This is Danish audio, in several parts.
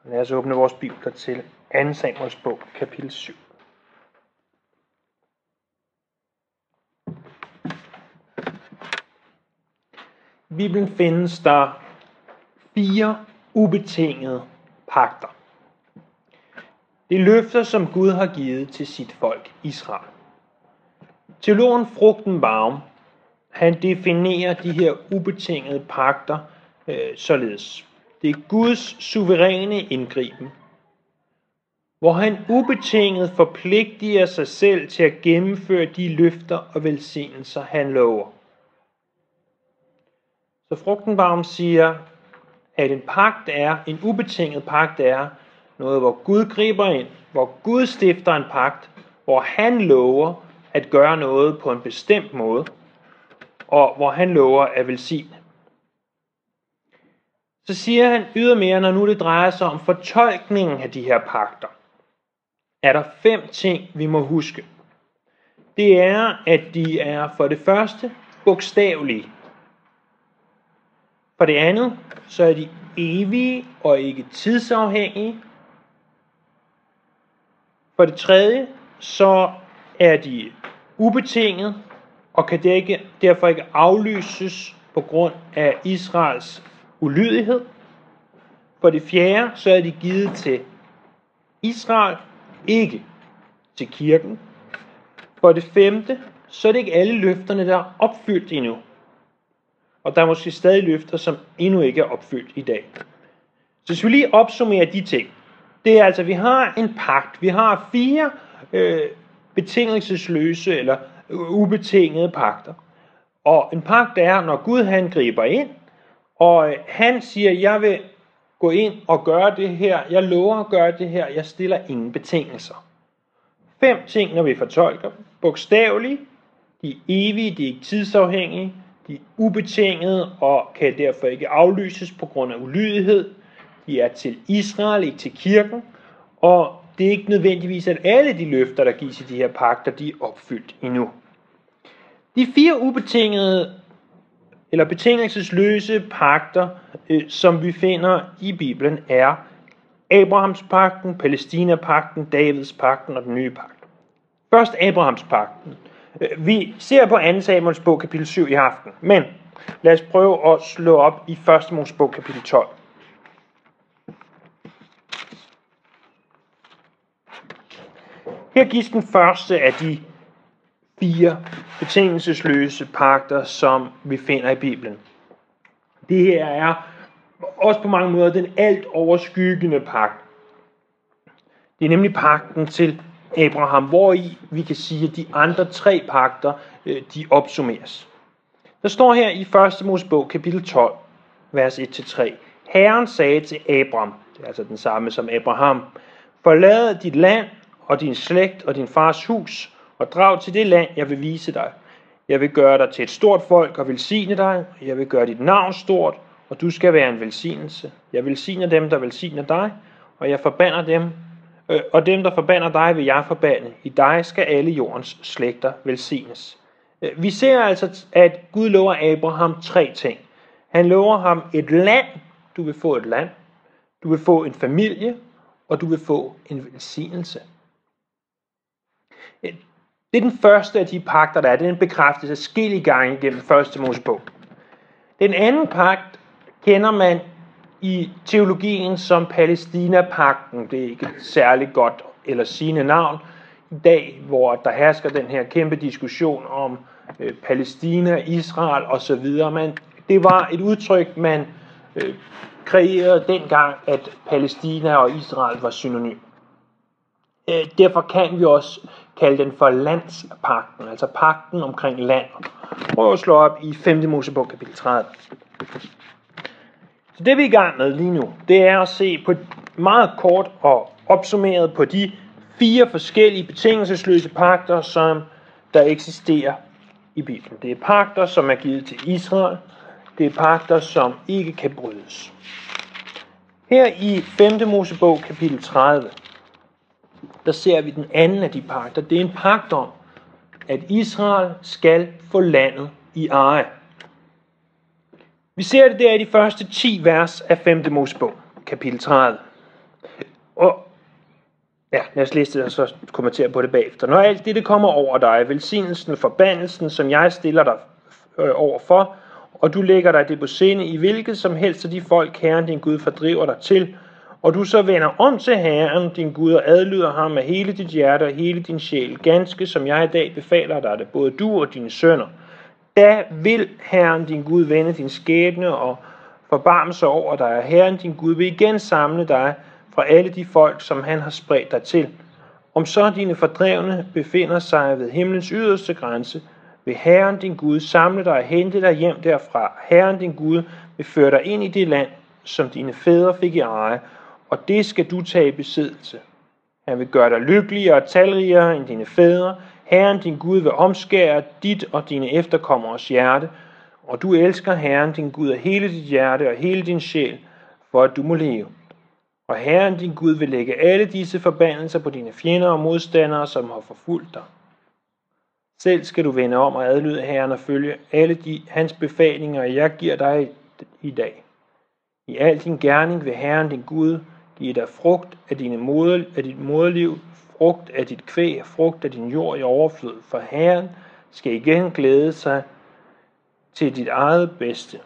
Lad os åbne vores bibler til 2. Samuels bog, kapitel 7. I Bibelen findes der 4 ubetingede pagter. Det er løfter, som Gud har givet til sit folk, Israel. Teologen Fruchtenbaum, han definerer de her ubetingede pagter således. Det er Guds suveræne indgriben, hvor han ubetinget forpligtiger sig selv til at gennemføre de løfter og velsignelser, han lover. Så Fruchtenbaum siger, at en ubetinget pagt er noget, hvor Gud griber ind, hvor Gud stifter en pagt, hvor han lover at gøre noget på en bestemt måde, og hvor han lover at velsigne. Så siger han ydermere, når nu det drejer sig om fortolkningen af de her pagter, er der 5 ting, vi må huske. Det er, at de er for det første bogstavelige. For det andet, så er de evige og ikke tidsafhængige. For det tredje, så er de ubetinget og kan derfor ikke aflyses på grund af Israels ulydighed. For det fjerde, så er de givet til Israel, ikke til kirken. For det femte, så er det ikke alle løfterne, der er opfyldt endnu. Og der er måske stadig løfter, som endnu ikke er opfyldt i dag. Så hvis vi lige opsummerer de ting. Det er altså, vi har en pagt. Vi har 4 betingelsesløse eller ubetingede pagter. Og en pagt er, når Gud han griber ind, og han siger, jeg vil gå ind og gøre det her, jeg lover at gøre det her, jeg stiller ingen betingelser. 5 ting, når vi fortolker. Bogstavelige, de er evige, de er ikke tidsafhængige, de er ubetingede og kan derfor ikke aflyses på grund af ulydighed. De er til Israel, ikke til kirken, og det er ikke nødvendigvis, at alle de løfter, der gives i de her pagter, de er opfyldt endnu. De 4 ubetingede eller betingelsesløse pagter, som vi finder i Bibelen, er Abrahamspagten, Palæstinapagten, Davidspagten og den nye pagt. Først Abrahamspagten. Vi ser på 2. Samuels bog, kapitel 7 i aften, men lad os prøve at slå op i 1. Mosebog, kapitel 12. Her gives den første af de 4 betingelsesløse pagter, som vi finder i Bibelen. Det her er også på mange måder den alt overskyggende pagt. Det er nemlig pagten til Abraham, hvori vi kan sige, at de andre 3 pagter, de opsummeres. Der står her i 1. Mosebog, kapitel 12, vers 1-3. Herren sagde til Abram, det er altså den samme som Abraham, forlad dit land og din slægt og din fars hus, og drag til det land, jeg vil vise dig. Jeg vil gøre dig til et stort folk og velsigne dig. Jeg vil gøre dit navn stort, og du skal være en velsignelse. Jeg velsigner dem, der velsigner dig, og jeg forbander dem. Og dem, der forbander dig, vil jeg forbande. I dig skal alle jordens slægter velsignes. Vi ser altså, at Gud lover Abraham 3 ting. Han lover ham et land. Du vil få et land. Du vil få en familie, og du vil få en velsignelse. Det er den første af de pagter, der er. Den bekræftes adskillige gange gennem 1. Mosebog. Den anden pagt kender man i teologien som Palæstinapagten. Det er ikke et særligt godt eller sigende navn i dag, hvor der hersker den her kæmpe diskussion om Palæstina, Israel osv. Men det var et udtryk, man kreerede dengang, at Palæstina og Israel var synonym. Derfor kan vi også kalde den for landspagten, altså pagten omkring land. Prøv at slå op i 5. Mosebog, kapitel 30. Så det vi er i gang med lige nu, det er at se på meget kort og opsummeret på de 4 forskellige betingelsesløse pagter, som der eksisterer i Bibelen. Det er pagter, som er givet til Israel. Det er pagter, som ikke kan brydes. Her i 5. Mosebog, kapitel 30, der ser vi den anden af de pagter. Det er en pagt om, at Israel skal få landet i eje. Vi ser det der i de første 10 vers af 5. Mosebog, kapitel 30. Og ja, lad os læse det og så kommentere på det bagefter. Når alt det kommer over dig, velsignelsen og forbandelsen, som jeg stiller dig overfor, og du lægger dig det på sinde i hvilket som helst af de folk, Herren din Gud fordriver dig til, og du så vender om til Herren din Gud og adlyder ham med hele dit hjerte og hele din sjæl, ganske som jeg i dag befaler dig det, både du og dine sønner, da vil Herren din Gud vende din skæbne og forbarme sig over dig, og Herren din Gud vil igen samle dig fra alle de folk, som han har spredt dig til. Om så dine fordrevne befinder sig ved himlens yderste grænse, vil Herren din Gud samle dig og hente dig hjem derfra. Herren din Gud vil føre dig ind i det land, som dine fædre fik i eje, og det skal du tage i besiddelse. Han vil gøre dig lykkeligere og talrigere end dine fædre. Herren din Gud vil omskære dit og dine efterkommeres hjerte, og du elsker Herren din Gud af hele dit hjerte og hele din sjæl, for at du må leve. Og Herren din Gud vil lægge alle disse forbandelser på dine fjender og modstandere, som har forfulgt dig. Selv skal du vende om og adlyde Herren og følge alle hans befalinger, jeg giver dig i dag. I al din gerning vil Herren din Gud give dig frugt af dit moderliv, frugt af dit kvæg, frugt af din jord i overflod. For Herren skal igen glæde sig til dit eget bedste,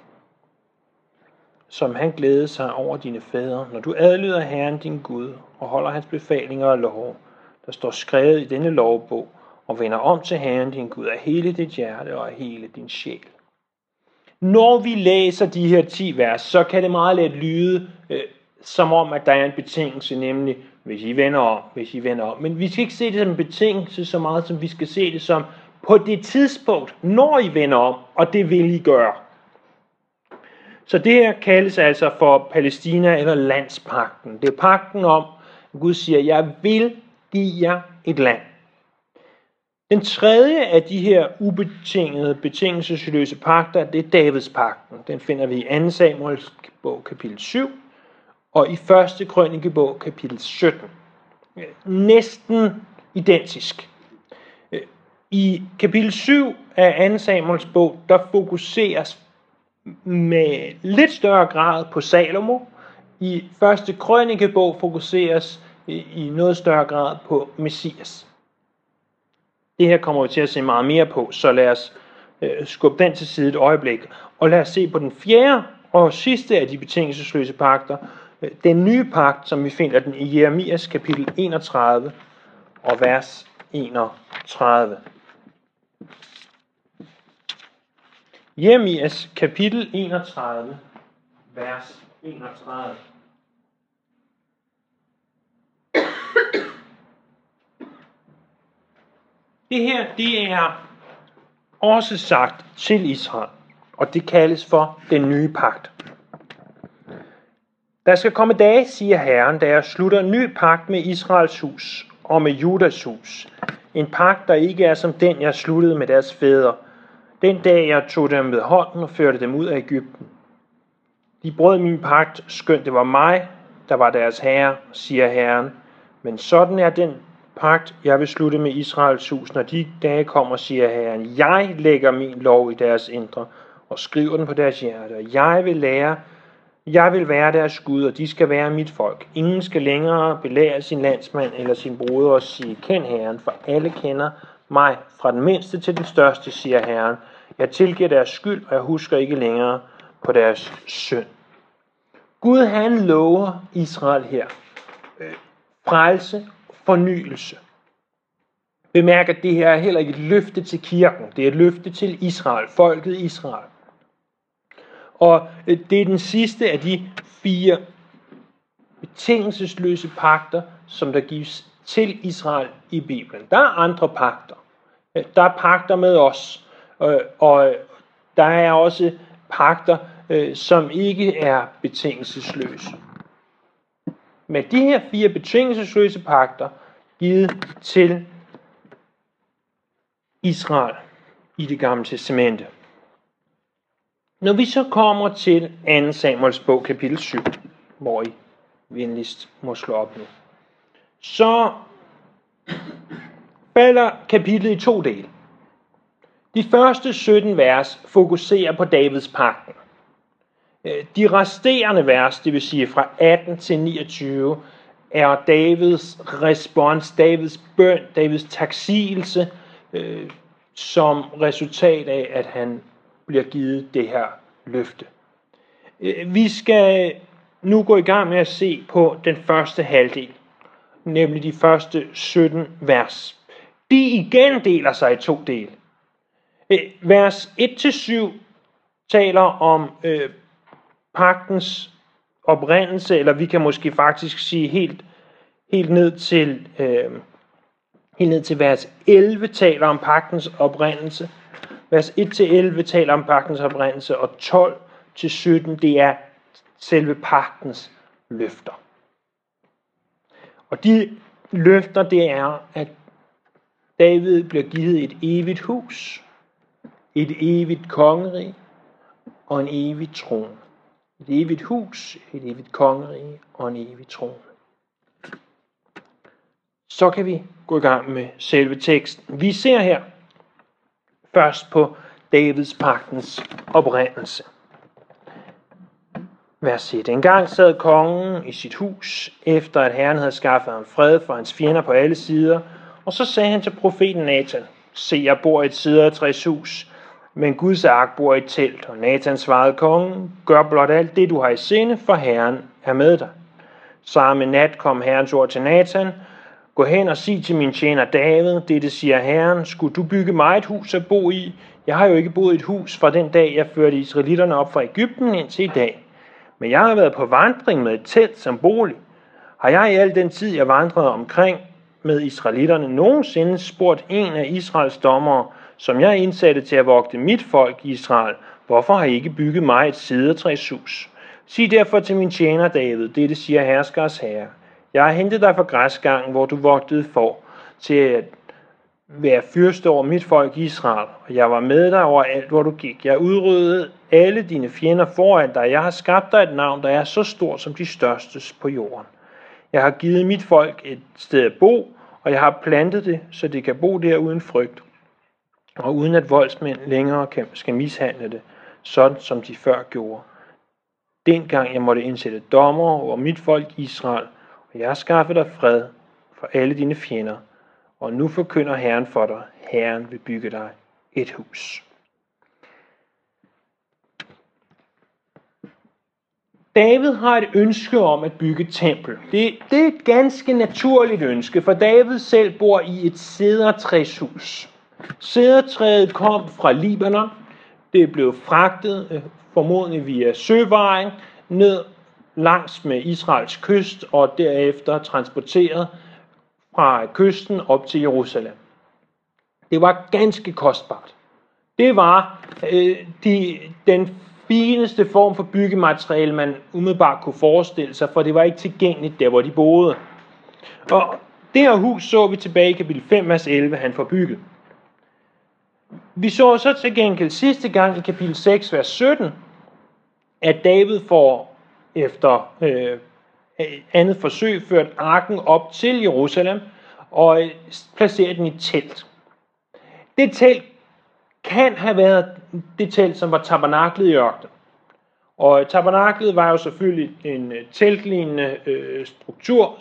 som han glædede sig over dine fædre, når du adlyder Herren din Gud og holder hans befalinger og lov, der står skrevet i denne lovbog, og vender om til Herren din Gud af hele dit hjerte og af hele din sjæl. Når vi læser de her 10 vers, så kan det meget let lyde som om, at der er en betingelse, nemlig hvis I vender om. Men vi skal ikke se det som en betingelse så meget, som vi skal se det som på det tidspunkt, når I vender om, og det vil I gøre. Så det her kaldes altså for Palæstina eller landspagten. Det er pagten om, at Gud siger, jeg vil give jer et land. Den tredje af de her ubetingede, betingelsesløse pagter, det er Davids pagten. Den finder vi i 2. Samuels bog kapitel 7 og i 1. Krønikebog kapitel 17. Næsten identisk. I kapitel 7 af 2. Samuels bog, der fokuseres med lidt større grad på Salomo. I 1. Krønikebog fokuseres i noget større grad på Messias. Det her kommer vi til at se meget mere på, så lad os skubbe den til side et øjeblik. Og lad os se på den fjerde og sidste af de betingelsesløse pagter, den nye pagt, som vi finder den i Jeremias kapitel 31 og vers 31. Jeremias kapitel 31, vers 31. Det her, det er også sagt til Israel, og det kaldes for den nye pagt. Der skal komme dage, siger Herren, da jeg slutter en ny pagt med Israels hus og med Judas hus. En pagt, der ikke er som den, jeg sluttede med deres fædre. Den dag, jeg tog dem ved hånden og førte dem ud af Egypten. De brød min pagt, skønt det var mig, der var deres herre, siger Herren. Men sådan er den pagt, jeg vil slutte med Israels hus, når de dage kommer, siger Herren. Jeg lægger min lov i deres indre og skriver den på deres hjerte. Og jeg vil være deres Gud, og de skal være mit folk. Ingen skal længere belære sin landsmand eller sin broder og sige, kend Herren, for alle kender mig, fra den mindste til den største, siger Herren. Jeg tilgiver deres skyld, og jeg husker ikke længere på deres synd. Gud, han lover Israel her frelse, fornyelse. Bemærk, at det her er heller ikke et løfte til kirken. Det er et løfte til Israel, folket Israel. Og det er den sidste af de 4 betingelsesløse pagter, som der gives til Israel i Bibelen. Der er andre pagter. Der er pagter med os. Og der er også pagter, som ikke er betingelsesløse. Men de her 4 betingelsesløse pagter givet til Israel i Det Gamle Testamente. Når vi så kommer til 2. Samuels bog kapitel 7, hvor I venligst må slå op nu, så falder kapitlet i 2 dele. De første 17 vers fokuserer på Davids pagten. De resterende vers, det vil sige fra 18 til 29, er Davids respons, Davids bøn, Davids taksigelse, som resultat af, at han bliver givet det her løfte. Vi skal nu gå i gang med at se på den første halvdel, nemlig de første 17 vers. De igen deler sig i 2 dele. Vers 1-7 taler om pagtens oprindelse, eller vi kan måske faktisk sige helt ned til vers 11 taler om pagtens oprindelse. Vers 1-11 taler om pagtens oprindelse, og 12-17 det er selve pagtens løfter. Og de løfter, det er, at David bliver givet et evigt hus, et evigt kongerige og en evig trone. Et evigt hus, et evigt kongerige og en evig trone. Så kan vi gå i gang med selve teksten. Vi ser her først på Davids pagtens oprindelse. Vers 1. Engang sad kongen i sit hus, efter at Herren havde skaffet ham fred for hans fjender på alle sider, og så sagde han til profeten Nathan, se, jeg bor i et cedertræshus, men Guds ark bor i et telt. Og Nathan svarede kongen, gør blot alt det, du har i sinde, for Herren er med dig. Samme nat kom Herrens ord til Nathan, gå hen og sig til min tjener David, dette siger Herren, skulle du bygge mig et hus at bo i? Jeg har jo ikke boet i et hus fra den dag, jeg førte israelitterne op fra Egypten indtil i dag. Men jeg har været på vandring med et telt som bolig. Har jeg i al den tid, jeg vandrede omkring med israelitterne, nogensinde spurgt en af Israels dommere, som jeg indsatte til at vogte mit folk Israel, hvorfor har I ikke bygget mig et cedertræshus? Sig derfor til min tjener David, dette siger herskers herre. Jeg har hentet dig fra græsgangen, hvor du vogtede får, til at være fyrste over mit folk Israel, og jeg var med dig over alt, hvor du gik. Jeg udryddede alle dine fjender foran dig. Jeg har skabt dig et navn, der er så stort som de største på jorden. Jeg har givet mit folk et sted at bo, og jeg har plantet det, så det kan bo der uden frygt, og uden at voldsmænd længere skal mishandle det, sådan som de før gjorde. Dengang jeg måtte indsætte dommer over mit folk Israel, og jeg har skaffet dig fred for alle dine fjender, og nu forkynder Herren for dig, Herren vil bygge dig et hus. David har et ønske om at bygge et tempel. Det er et ganske naturligt ønske, for David selv bor i et cedertræshus. Cedertræet kom fra Libanon. Det blev fragtet, formodentlig via søvejen, ned langs med Israels kyst, og derefter transporteret fra kysten op til Jerusalem. Det var ganske kostbart. Det var den fineste form for byggemateriale, man umiddelbart kunne forestille sig, for det var ikke tilgængeligt der, hvor de boede. Og det her hus så vi tilbage i kapitel 5, vers 11, han får bygget. Vi så så til gengæld sidste gang i kapitel 6, vers 17, at David får efter andet forsøg ført arken op til Jerusalem og placeret den i et telt. Det telt kan have været det telt, som var tabernaklet i ørkenen. Og tabernaklet var jo selvfølgelig en teltlignende struktur,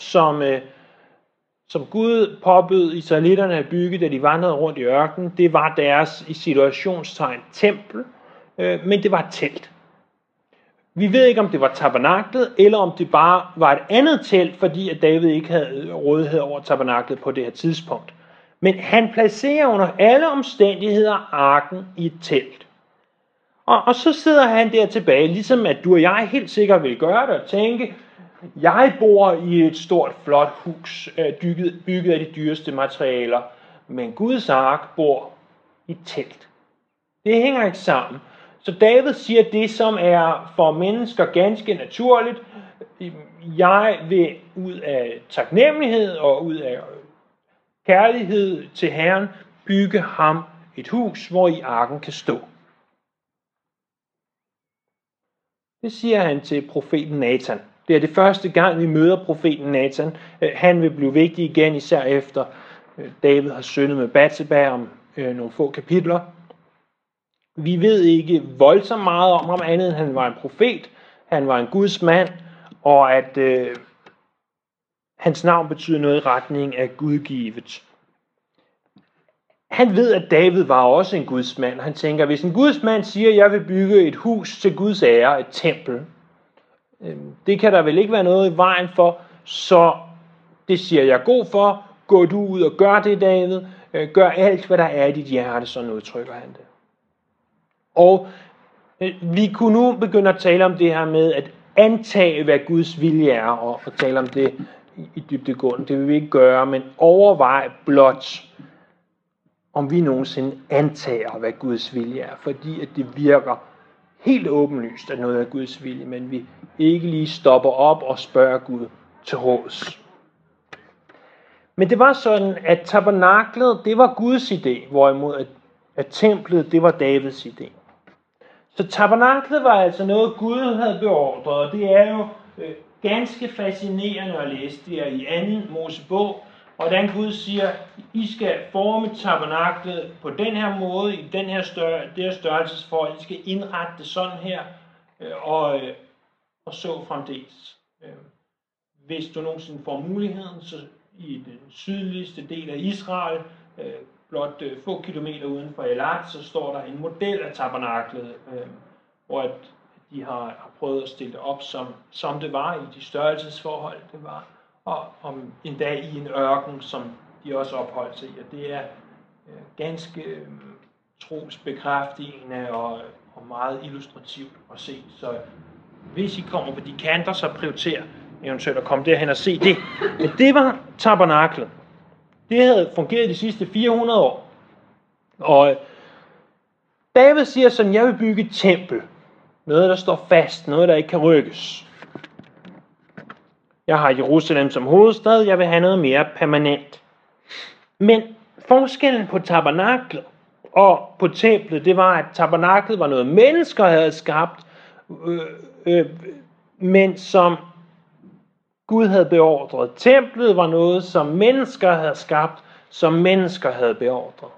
som Gud påbød israelitterne at bygge, da de vandrede rundt i ørkenen. Det var deres i situationstegn tempel, men det var et telt. Vi ved ikke, om det var tabernaklet, eller om det bare var et andet telt, fordi at David ikke havde rådighed over tabernaklet på det her tidspunkt. Men han placerer under alle omstændigheder arken i et telt. Og så sidder han der tilbage, ligesom at du og jeg helt sikkert vil gøre det, og tænke, jeg bor i et stort, flot hus, bygget af de dyreste materialer, men Guds ark bor i et telt. Det hænger ikke sammen. Så David siger det, som er for mennesker ganske naturligt. Jeg vil ud af taknemmelighed og ud af kærlighed til Herren bygge ham et hus, hvor i arken kan stå. Det siger han til profeten Nathan. Det er det første gang, vi møder profeten Nathan. Han vil blive vigtig igen, især efter David har syndet med Batseba om nogle få kapitler. Vi ved ikke voldsomt meget om ham, andet end han var en profet. Han var en Guds mand, og at Hans navn betyder noget i retning af gudgivet. Han ved, at David var også en Guds mand. Han tænker, hvis en Guds mand siger, at jeg vil bygge et hus til Guds ære, et tempel, det kan der vel ikke være noget i vejen for, så det siger jeg god for. Gå du ud og gør det, David. Gør alt, hvad der er i dit hjerte, sådan udtrykker han det. Og vi kunne nu begynde at tale om det her med at antage, hvad Guds vilje er, og tale om det i dybdegående. Det vil vi ikke gøre, men overvej blot, om vi nogensinde antager, hvad Guds vilje er, fordi at det virker helt åbenlyst, at noget er Guds vilje, men vi ikke lige stopper op og spørger Gud til råds. Men det var sådan, at tabernaklet, det var Guds idé, hvorimod at templet, det var Davids idé. Så tabernaklet var altså noget, Gud havde beordret, og det er jo ganske fascinerende at læse det i 2. Mosebog, hvordan Gud siger, I skal forme tabernaklet på den her måde, i den her det her størrelsesforhold, I skal indrette det sådan her, og så fremdeles. Hvis du nogensinde får muligheden, så i den sydligste del af Israel, blot få kilometer uden for Elat, så står der en model af tabernaklet, hvor at de har prøvet at stille det op, som det var i de størrelsesforhold, det var, og om en dag i en ørken, som de også opholdt sig i. Og det er ganske trosbekræftende og meget illustrativt at se. Så hvis I kommer på de kanter, så prioriter eventuelt at komme derhen og se det. Men det var tabernaklet. Det havde fungeret de sidste 400 år. Og David siger sådan, jeg vil bygge et tempel. Noget, der står fast. Noget, der ikke kan rykkes. Jeg har Jerusalem som hovedstad. Jeg vil have noget mere permanent. Men forskellen på tabernaklet og på templet, det var, at tabernaklet var noget, mennesker havde skabt, men som Gud havde beordret. Templet var noget, som mennesker havde skabt, som mennesker havde beordret.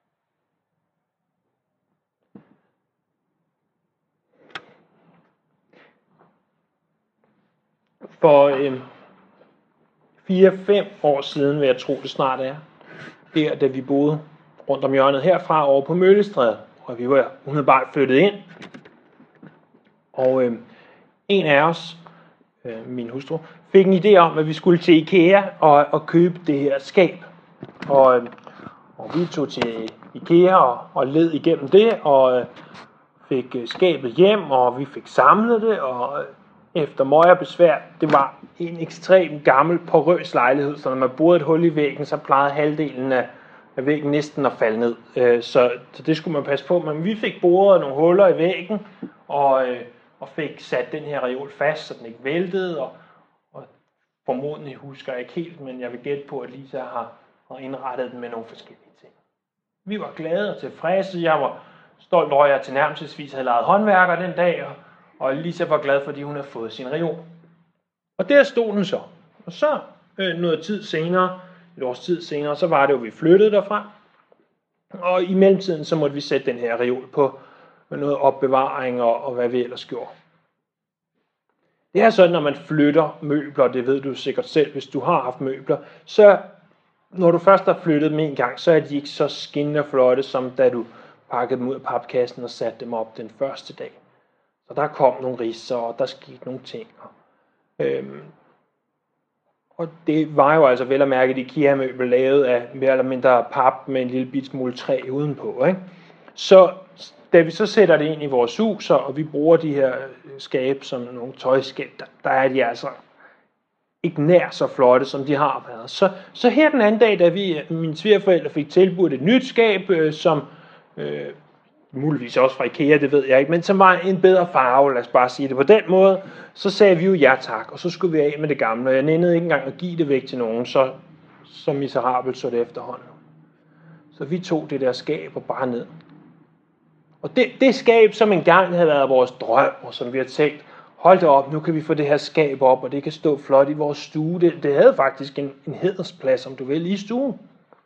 For 4-5 år siden, vil jeg tro det snart er, der da vi boede rundt om hjørnet herfra over på Møllestræde, og vi var umiddelbart flyttet ind. Og en af os, min hustru, fik en idé om, at vi skulle til IKEA og købe det her skab. Og vi tog til IKEA og led igennem det, og fik skabet hjem, og vi fik samlet det, og efter møje og besvær, det var en ekstremt gammel porøs lejlighed, så når man borede et hul i væggen, så plejede halvdelen af væggen næsten at falde ned. Så det skulle man passe på, men vi fik boret nogle huller i væggen, og fik sat den her reol fast, så den ikke væltede, og formodentlig husker jeg ikke helt, men jeg vil gætte på, at Lisa har indrettet den med nogle forskellige ting. Vi var glade og tilfredse. Jeg var stolt over, at jeg tilnærmelsesvis havde lejet håndværker den dag, og Lisa var glad, fordi hun havde fået sin reol. Og der stod den så. Og så noget tid senere, et års tid senere, så var det jo, vi flyttede derfra. Og i mellemtiden, så måtte vi sætte den her reol på noget opbevaring og hvad vi ellers gjorde. Det er sådan, når man flytter møbler, det ved du sikkert selv, hvis du har haft møbler, så når du først har flyttet dem en gang, så er de ikke så skinnende flotte, som da du pakkede dem ud af papkassen og satte dem op den første dag. Så der kom nogle ridser, og der skete nogle ting. Og det var jo altså vel at mærke et IKEA-møbel lavet af mere eller mindre pap med en lille bit smule træ udenpå. Ikke? Så da vi så sætter det ind i vores hus, og vi bruger de her skab som nogle tøjskab, der er de altså ikke nær så flotte, som de har været. Så her den anden dag, da mine svigerforældre fik tilbudt et nyt skab, som muligvis også fra IKEA, det ved jeg ikke, men som var en bedre farve, lad os bare sige det på den måde, så sagde vi jo ja tak, og så skulle vi af med det gamle, og jeg nændede ikke engang at give det væk til nogen, så miserabelt så det efterhånden. Så vi tog det der skab og bare ned. Og det skab, som engang havde været vores drøm, og som vi har tænkt, hold da op, nu kan vi få det her skab op, og det kan stå flot i vores stue. Det havde faktisk en hædersplads, om du vil, i stuen.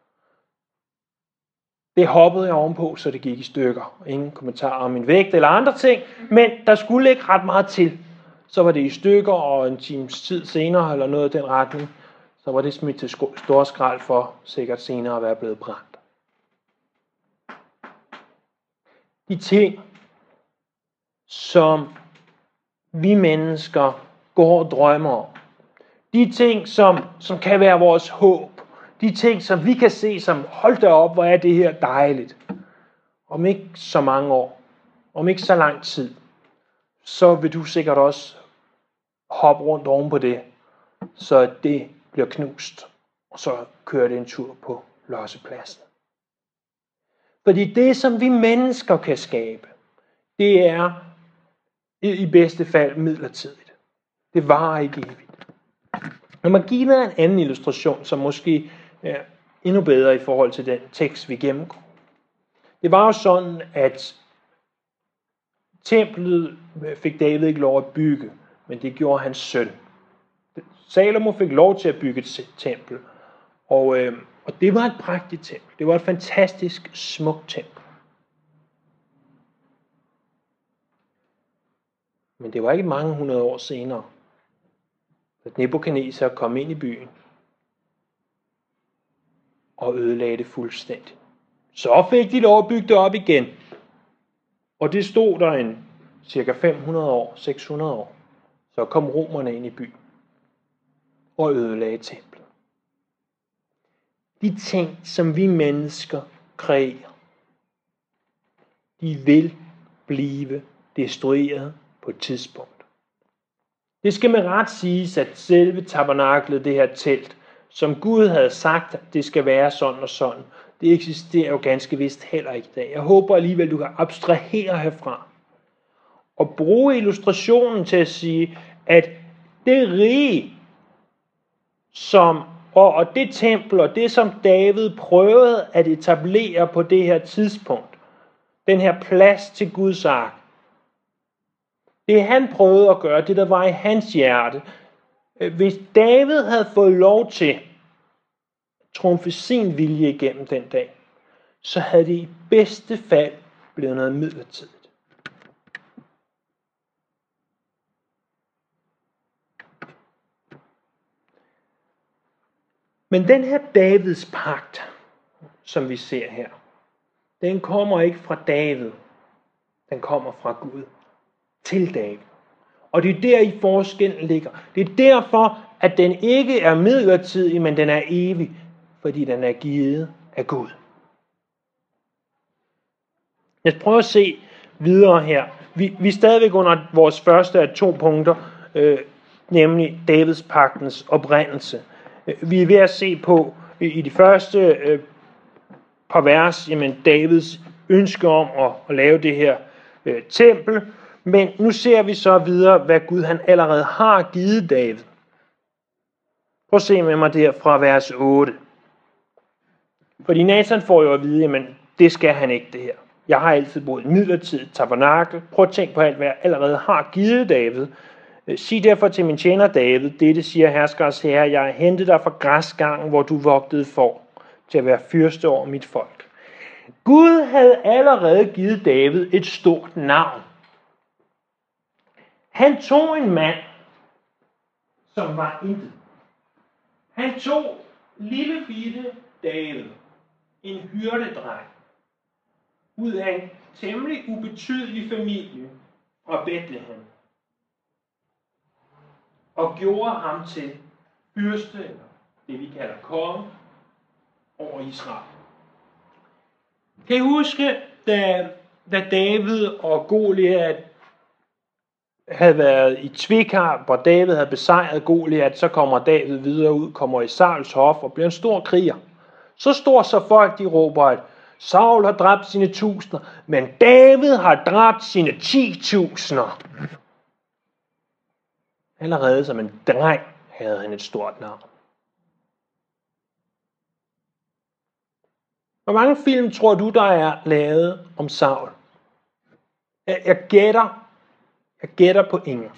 Det hoppede jeg ovenpå, så det gik i stykker. Ingen kommentarer om min vægt eller andre ting, men der skulle ikke ret meget til. Så var det i stykker, og en times tid senere, eller noget af den retning, så var det smidt til stor skrald for sikkert senere at være blevet brændt. De ting, som vi mennesker går og drømmer om, de ting, som kan være vores håb, de ting, som vi kan se som, hold da op, hvor er det her dejligt. Om ikke så mange år, om ikke så lang tid, så vil du sikkert også hoppe rundt oven på det, så det bliver knust, og så kører det en tur på lossepladsen. Fordi det, som vi mennesker kan skabe, det er i bedste fald midlertidigt. Det varer ikke evigt. Når man giver en anden illustration, som måske er endnu bedre i forhold til den tekst, vi gennemgår. Det var jo sådan, at templet fik David ikke lov at bygge, men det gjorde hans søn. Salomo fik lov til at bygge et tempel, og det var et prægtigt tempel. Det var et fantastisk smukt tempel. Men det var ikke mange 100 år senere, at Nebukadnesar kom ind i byen og ødelagde det fuldstændigt. Så fik de lov at bygge det op igen. Og det stod der en cirka 500 år, 600 år. Så kom romerne ind i byen og ødelagde templet. De ting, som vi mennesker kreerer, de vil blive destrueret på et tidspunkt. Det skal med ret siges, at selve tabernaklet, det her telt, som Gud havde sagt, at det skal være sådan og sådan, det eksisterer jo ganske vist heller ikke i dag. Jeg håber alligevel, du kan abstrahere herfra og bruge illustrationen til at sige, at det rige, og det tempel, og det som David prøvede at etablere på det her tidspunkt, den her plads til Guds ark, det han prøvede at gøre, det der var i hans hjerte, hvis David havde fået lov til at trumfe sin vilje igennem den dag, så havde det i bedste fald blevet noget midlertidigt. Men den her Davids pagt, som vi ser her, den kommer ikke fra David. Den kommer fra Gud til David. Og det er der i forskellen ligger. Det er derfor, at den ikke er midlertidig, men den er evig, fordi den er givet af Gud. Lad os prøve at se videre her. Vi er stadigvæk under vores første af 2 punkter, nemlig Davids pagtens oprindelse. Vi er ved at se på i de første par vers, jamen Davids ønske om at lave det her tempel. Men nu ser vi så videre, hvad Gud han allerede har givet David. Prøv at se med mig der fra vers 8. Fordi Nathan får jo at vide, jamen det skal han ikke det her. Jeg har altid boet en midlertidig tabernakel. Prøv at tænke på alt, hvad jeg allerede har givet David. Sig derfor til min tjener David, dette siger herskers herre, jeg har hentet dig fra græsgangen, hvor du vogtede får, til at være fyrste over mit folk. Gud havde allerede givet David et stort navn. Han tog en mand, som var intet. Han tog lille bitte David, en hyrdedreng, ud af en temmelig ubetydelig familie fra Bethlehem, og gjorde ham til fyrste, eller det vi kalder konge, over Israel. Kan I huske, da David og Goliat havde været i tvekamp, hvor David havde besejret Goliat, så kommer David videre ud, kommer i Sauls hof og bliver en stor kriger. Så står så folk, de råber, at Saul har dræbt sine 1000, men David har dræbt sine 10.000. Allerede som en dreng havde han et stort navn. Hvor mange film tror du, der er lavet om Saul? Jeg gætter på ingen.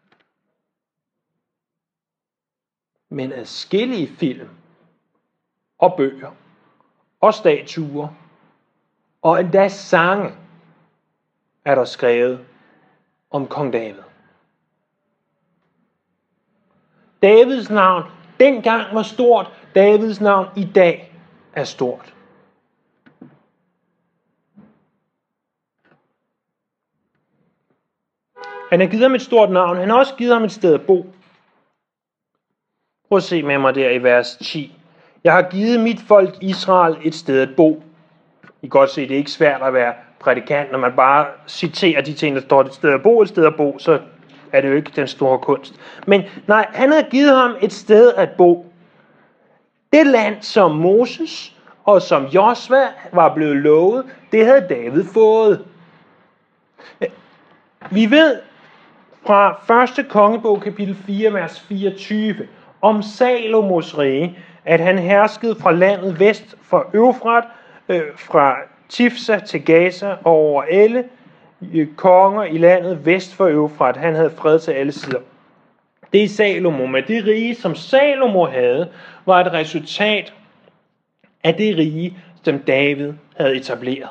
Men adskillige film og bøger og statuer og endda sange er der skrevet om kong David. Davids navn, dengang var stort, Davids navn i dag er stort. Han har givet ham et stort navn. Han har også givet ham et sted at bo. Prøv at se med mig der i vers 10. Jeg har givet mit folk Israel et sted at bo. I kan godt se, det er ikke svært at være prædikant, når man bare citerer de ting, der står et sted at bo, så er det jo ikke den store kunst. Men nej, han har givet ham et sted at bo. Det land, som Moses og som Josva var blevet lovet, det havde David fået. Vi ved fra 1. kongebog, kapitel 4, vers 24, om Salomos rige, at han herskede fra landet vest for Eufrat, fra Tifsa til Gaza og over alle konger i landet vest for Eufrat. Han havde fred til alle sider. Det er Salomo, men det rige, som Salomo havde, var et resultat af det rige, som David havde etableret.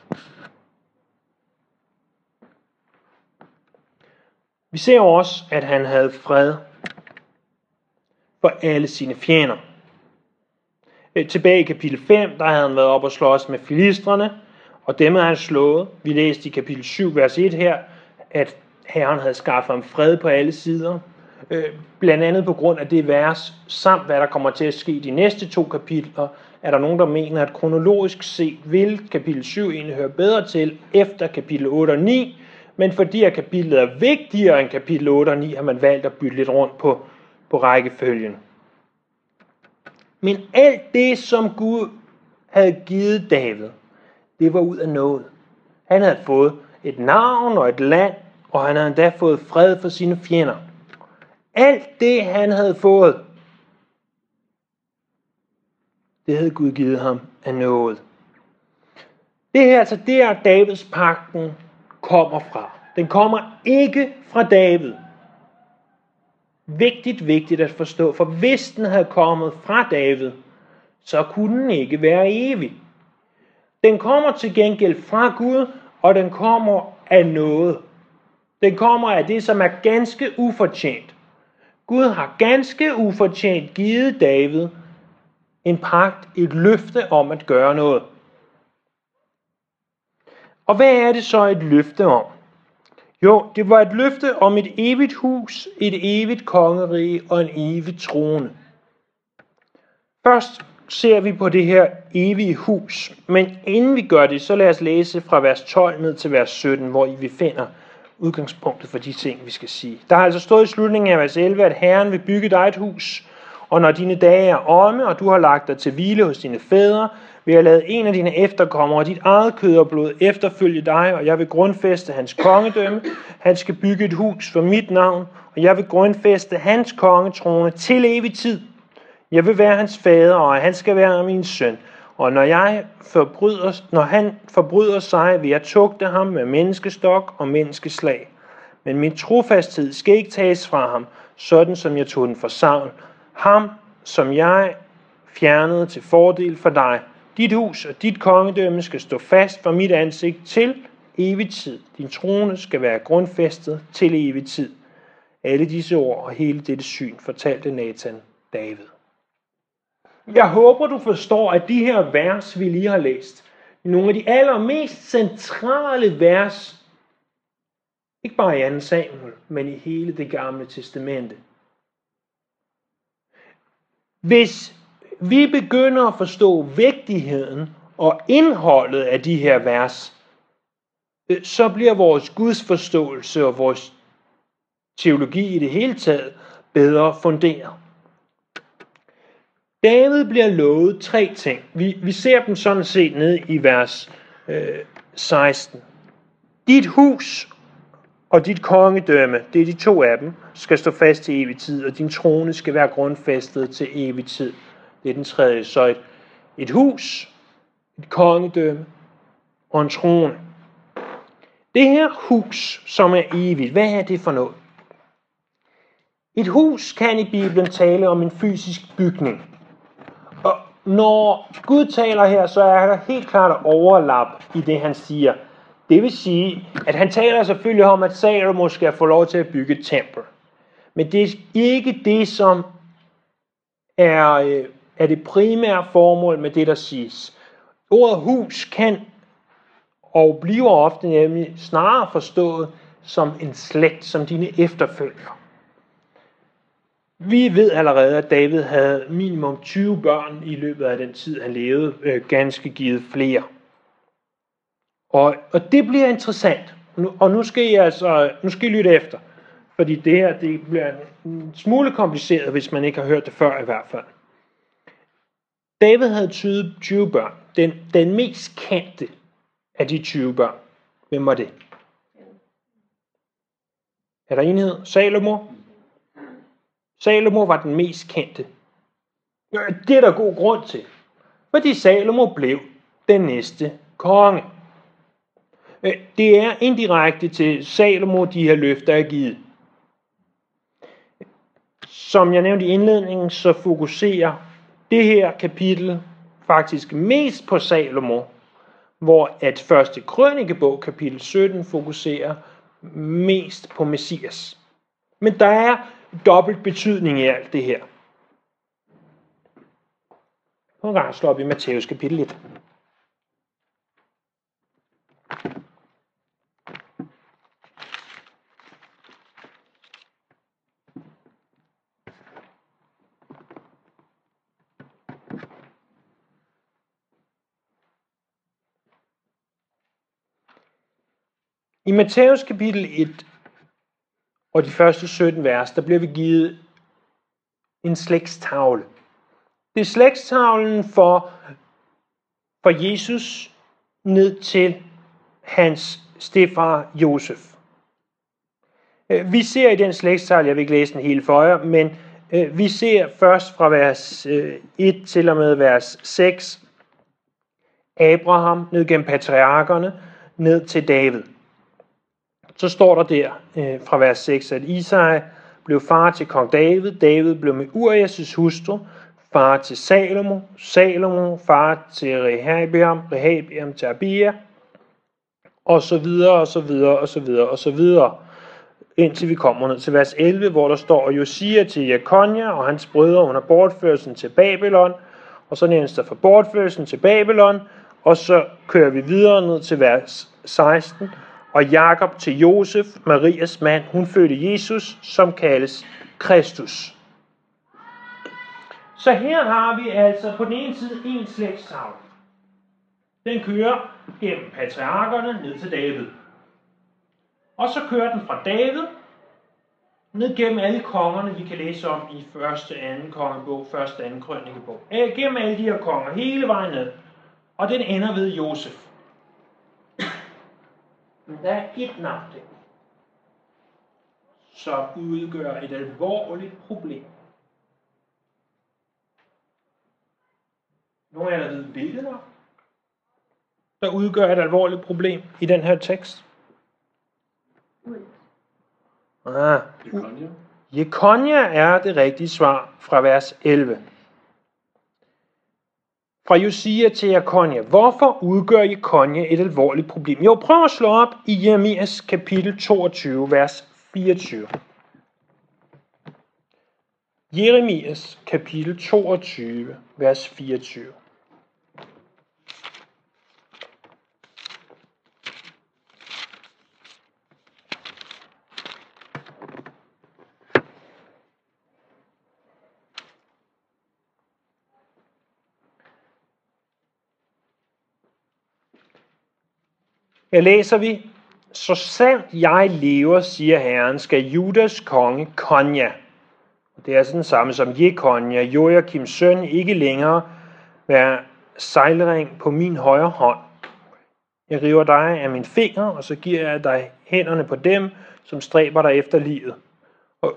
Vi ser også, at han havde fred for alle sine fjender. Tilbage i kapitel 5, der havde han været op og slås med filistrene, og dem havde han slået. Vi læste i kapitel 7, vers 1 her, at Herren havde skaffet ham fred på alle sider. Blandt andet på grund af det vers, samt hvad der kommer til at ske i de næste 2 kapitler, er der nogen, der mener, at kronologisk set vil kapitel 7 egentlig høre bedre til efter kapitel 8 og 9, men fordi at kapitlet er vigtigere end kapitel 8 og 9, har man valgt at bytte lidt rundt på rækkefølgen. Men alt det, som Gud havde givet David, det var ud af noget. Han havde fået et navn og et land, og han havde endda fået fred for sine fjender. Alt det, han havde fået, det havde Gud givet ham af noget. Det her, altså der Davids pagten kommer fra. Den kommer ikke fra David. Vigtigt at forstå, for hvis den havde kommet fra David, så kunne den ikke være evig. Den kommer til gengæld fra Gud, og den kommer af noget. Den kommer af det, som er ganske ufortjent. Gud har ganske ufortjent givet David en pagt, et løfte om at gøre noget. Og hvad er det så et løfte om? Jo, det var et løfte om et evigt hus, et evigt kongerige og en evig trone. Først ser vi på det her evige hus, men inden vi gør det, så lad os læse fra vers 12 ned til vers 17, hvor vi finder udgangspunktet for de ting, vi skal sige. Der har altså stået i slutningen af vers 11, at Herren vil bygge dig et hus, og når dine dage er omme, og du har lagt dig til hvile hos dine fædre, vil jeg lade en af dine efterkommere, dit eget kød og blod, efterfølge dig, og jeg vil grundfæste hans kongedømme. Han skal bygge et hus for mit navn, og jeg vil grundfæste hans kongetrone til evig tid. Jeg vil være hans fader, og han skal være min søn. Og når han forbryder sig, vil jeg tugte ham med menneskestok og menneskeslag. Men min trofasthed skal ikke tages fra ham, sådan som jeg tog den for savn. Ham, som jeg fjernede til fordel for dig. Dit hus og dit kongedømme skal stå fast for mit ansigt til evig tid. Din trone skal være grundfæstet til evig tid. Alle disse ord og hele dette syn fortalte Nathan David. Jeg håber, du forstår, at de her vers, vi lige har læst, nogle af de allermest centrale vers, ikke bare i 2. Samuel, men i hele det gamle testamente. Hvis vi begynder at forstå vigtigheden og indholdet af de her vers, så bliver vores gudsforståelse og vores teologi i det hele taget bedre funderet. David bliver lovet 3 ting. Vi ser dem sådan set ned i vers 16. Dit hus og dit kongedømme, det er de 2 af dem, skal stå fast til evig tid, og din trone skal være grundfæstet til evig tid. Det er den 3. Så et hus, et kongedømme og en trone. Det her hus, som er evigt, hvad er det for noget? Et hus kan i Bibelen tale om en fysisk bygning. Og når Gud taler her, så er der helt klart et overlap i det, han siger. Det vil sige, at han taler selvfølgelig om, at Salomo skal få lov til at bygge et tempel. Men det er ikke det, som er det primære formål med det, der siges. Ordet hus kan og bliver ofte nemlig snarere forstået som en slægt, som dine efterfølgere. Vi ved allerede, at David havde minimum 20 børn i løbet af den tid, han levede, ganske givet flere. Og det bliver interessant. Og nu skal I lytte efter. Fordi det her det bliver en smule kompliceret, hvis man ikke har hørt det før i hvert fald. David havde 20 børn. Den mest kendte af de 20 børn. Hvem var det? Er der enighed? Salomo? Salomo var den mest kendte. Det er der god grund til. Fordi Salomo blev den næste konge. Det er indirekte til Salomo, de her løfter er givet. Som jeg nævnte i indledningen, så fokuserer det her kapitel faktisk mest på Salomo, hvor at første krønikebog, kapitel 17, fokuserer mest på Messias. Men der er dobbelt betydning i alt det her. Nogle gange slår vi Matthæus kapitel 1. I Matthæus kapitel 1 og de første 17 vers, der bliver vi givet en slægtstavle. Det er slægtstavlen for Jesus ned til hans stedfar Josef. Vi ser i den slægtstavle, jeg vil ikke læse den hele for jer, men vi ser først fra vers 1 til og med vers 6, Abraham ned gennem patriarkerne, ned til David. Så står der der fra vers 6, at Isai blev far til kong David, David blev med Urias' hustru, far til Salomo, Salomo far til Rehabeam til Abia, og så videre, og så videre, og så videre, og så videre, indtil vi kommer ned til vers 11, hvor der står, Josia til Jekonja og hans brødre under bortførelsen til Babylon, og så nævnes der for bortførelsen til Babylon, og så kører vi videre ned til vers 16, og Jakob til Josef, Marias mand, hun fødte Jesus, som kaldes Kristus. Så her har vi altså på den ene side en slægtstavle. Den kører gennem patriarkerne ned til David. Og så kører den fra David ned gennem alle kongerne, vi kan læse om i 1. og 2. kongebog, 1. og 2. krønikebog. Gennem alle de her konger, hele vejen ned. Og den ender ved Josef. Men der er et navn der, som udgør et alvorligt problem. Nogle af jer ved, hvilket navn, der udgør et alvorligt problem i den her tekst? Jekonja er det rigtige svar fra vers 11. Fra Josia til Jekonja. Hvorfor udgør Jekonja et alvorligt problem? Jo, prøv at slå op i Jeremias kapitel 22, vers 24. Jeremias kapitel 22, vers 24. Her læser vi, så sandt jeg lever, siger Herren, skal Judas konge Konja. Det er altså den samme som Jekonja, Joakims søn, ikke længere være sejlring på min højre hånd. Jeg river dig af min finger, og så giver jeg dig hænderne på dem, som stræber dig efter livet. Og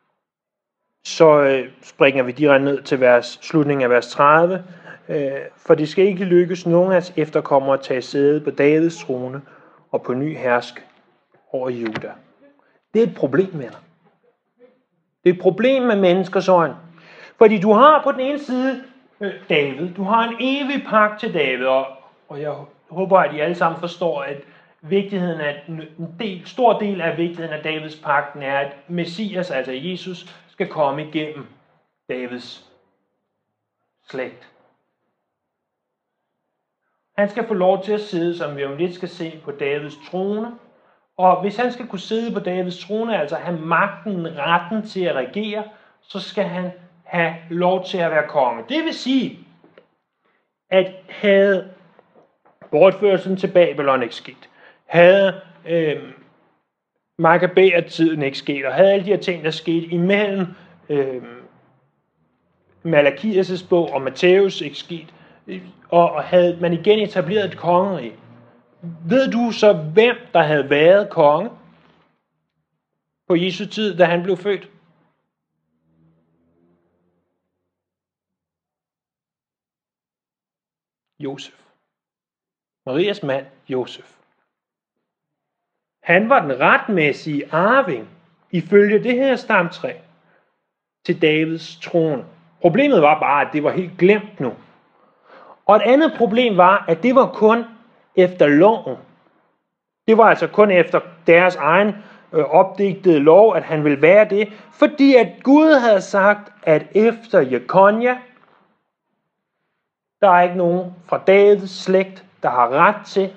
så springer vi direkte ned til slutningen af vers 30. For det skal ikke lykkes nogen af efterkommere at tage sæde på Davids trone og på ny hersk over Juda. Det er et problem, venner. Det er et problem med menneskers øjne. Fordi du har på den ene side David. Du har en evig pagt til David. Og jeg håber, at I alle sammen forstår, at vigtigheden af, stor del af vigtigheden af Davids pagten er, at Messias, altså Jesus, skal komme igennem Davids slægt. Han skal få lov til at sidde, som vi om lidt skal se, på Davids trone. Og hvis han skal kunne sidde på Davids trone, altså have magten, retten til at regere, så skal han have lov til at være konge. Det vil sige, at havde bortførelsen til Babylon ikke sket, havde Makkabæer-tiden ikke sket, og havde alle de her ting, der skete imellem Malakias' bog og Matthæus ikke sket, og havde man igen etableret et kongerige. Ved du så, hvem der havde været konge på Jesu tid, da han blev født? Josef. Marias mand, Josef. Han var den retmæssige arving, ifølge det her stamtræ, til Davids trone. Problemet var bare, at det var helt glemt nu. Og et andet problem var, at det var kun efter loven. Det var altså kun efter deres egen opdigtede lov, at han ville være det, fordi at Gud havde sagt, at efter Jekonja, der er ikke nogen fra Davids slægt, der har ret til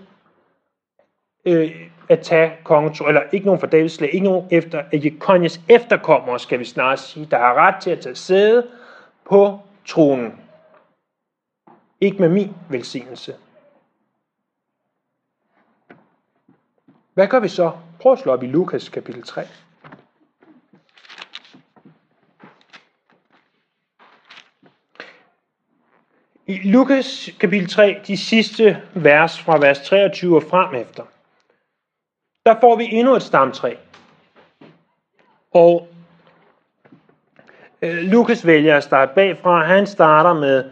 at tage kongetronen, eller ikke nogen fra Davids slægt, ikke nogen efter Jekonjas efterkommere, skal vi snart sige, der har ret til at tage sæde på tronen. Ikke med min velsignelse. Hvad gør vi så? Prøv at slå op i Lukas kapitel 3. I Lukas kapitel 3, de sidste vers fra vers 23 og frem efter, der får vi endnu et stamtræ. Og Lukas vælger at starte bagfra. Han starter med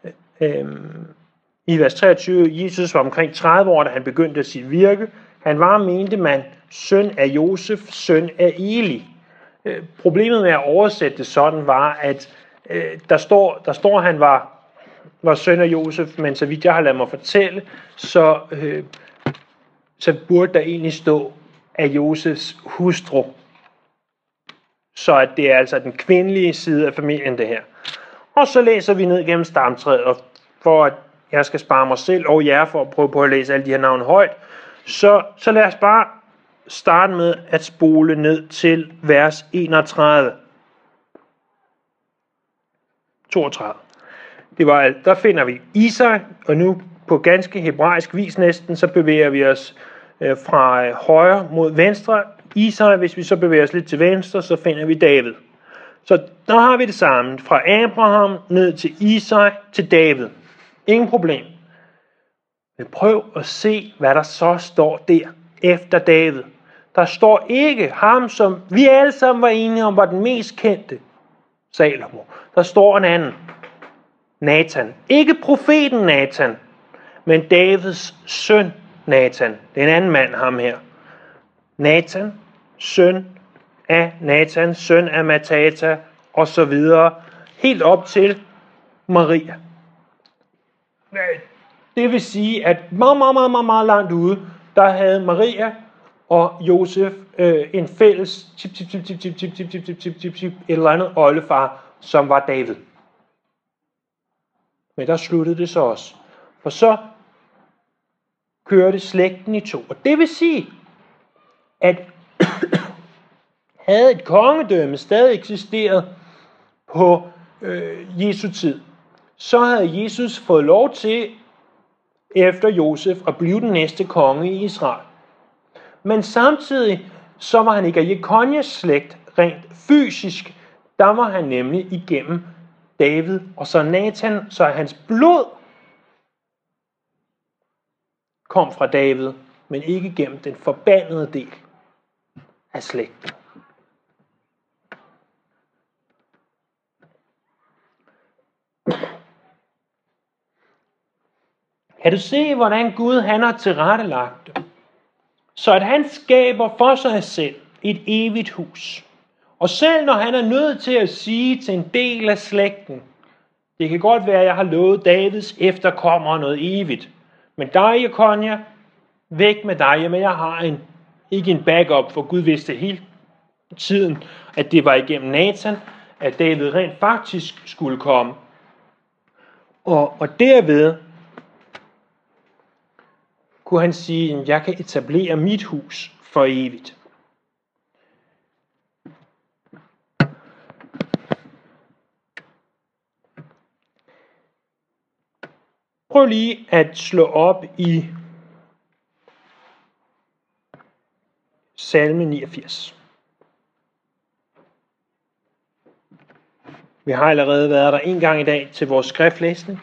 i vers 23, Jesus var omkring 30 år, da han begyndte sit virke. Han var, mente man, søn af Josef, søn af Eli. Problemet med at oversætte det sådan var, at der står han var søn af Josef, men så vidt jeg har ladet mig fortælle, så burde der egentlig stå af Josefs hustru. Så at det er altså den kvindelige side af familien, det her. Og så læser vi ned gennem stamtræet, og for at jeg skal spare mig selv og jer for at prøve på at læse alle de her navne højt, så lad os bare starte med at spole ned til vers 31. 32. Der finder vi Isak, og nu på ganske hebraisk vis næsten, så bevæger vi os fra højre mod venstre. Isak, hvis vi så bevæger os lidt til venstre, så finder vi David. Så der har vi det samme. Fra Abraham ned til Isak til David. Ingen problem. Men prøv at se, hvad der så står der efter David. Der står ikke ham, som vi alle sammen var enige om, var den mest kendte, Salomo. Der står en anden. Nathan. Ikke profeten Nathan, men Davids søn Nathan. Det er en anden mand, ham her. Nathan, søn af Nathan, søn af Matata, og så videre. Helt op til Maria. Det vil sige, at meget langt ude, der havde Maria og Josef en fælles et eller andet oldefar, som var David. Men der sluttede det så også. For så kørte slægten i to. Og det vil sige, at havde et kongedømme stadig eksisteret på Jesu tid, så havde Jesus fået lov til, efter Josef, at blive den næste konge i Israel. Men samtidig, så var han ikke af Jekonjas slægt rent fysisk. Der var han nemlig igennem David, og så Nathan, så hans blod kom fra David, men ikke gennem den forbandede del af slægten. Kan du se, hvordan Gud han har tilrettelagt det? Så at han skaber for sig selv et evigt hus. Og selv når han er nødt til at sige til en del af slægten, det kan godt være, at jeg har lovet Davids efterkommere noget evigt. Men dig, Jekonja, væk med dig. Jamen, jeg har ikke en backup, for Gud vidste hele tiden, at det var igennem Nathan, at David rent faktisk skulle komme. Og derved kunne han sige, at jeg kan etablere mit hus for evigt. Prøv lige at slå op i Salme 89. Vi har allerede været der en gang i dag til vores skriftlæsning.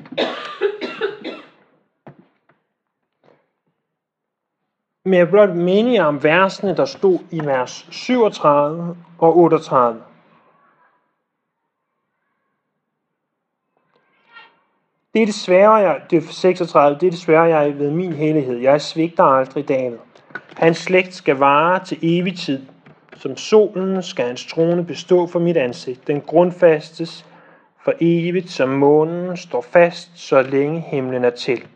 Men jeg vil blot minde jer om versene, der stod i vers 37 og 38. Det er desværre jeg ved min hellighed. Jeg svigter aldrig David. Hans slægt skal vare til evig tid. Som solen skal hans trone bestå for mit ansigt. Den grundfastes for evigt, som månen står fast, så længe himlen er til.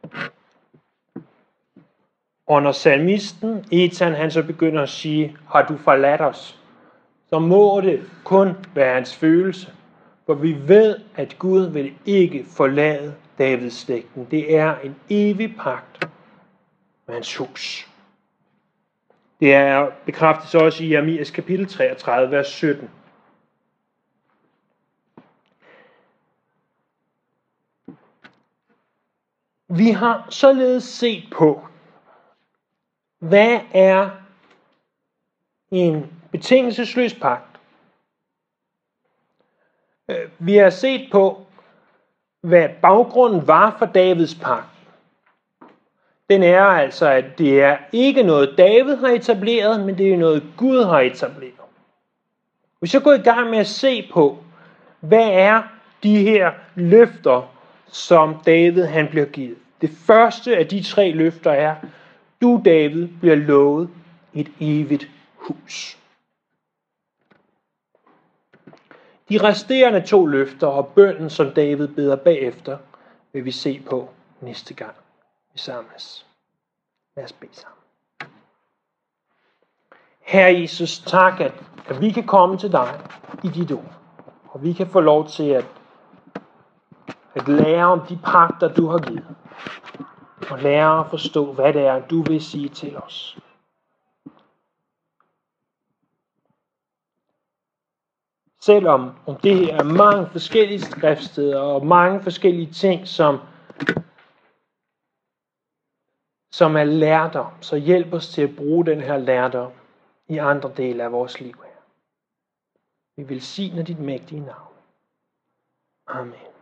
Og når salmisten, Ethan, han så begynder at sige, har du forladt os? Så må det kun være hans følelse. For vi ved, at Gud vil ikke forlade Davids slægten. Det er en evig pagt med hans hus. Det er bekræftes også i Jeremias kapitel 33, vers 17. Vi har således set på, hvad er en betingelsesløs pagt. Vi har set på, hvad baggrunden var for Davids pagt. Den er altså, at det er ikke noget David har etableret, men det er noget Gud har etableret. Vi så går i gang med at se på, hvad er de her løfter, som David han bliver givet. Det første af de 3 løfter er, du David bliver lovet et evigt hus. De resterende 2 løfter og bønnen, som David beder bagefter, vil vi se på næste gang vi samles. Lad os bede sammen. Herre Jesus, tak, at vi kan komme til dig i dit ord. Og vi kan få lov til at lære om de pagter, du har givet. Og lære at forstå, hvad det er, du vil sige til os. Selvom det her er mange forskellige skriftsteder og mange forskellige ting, som er lærdom, så hjælp os til at bruge den her lærdom i andre dele af vores liv her. Vi velsigner dit mægtige navn. Amen.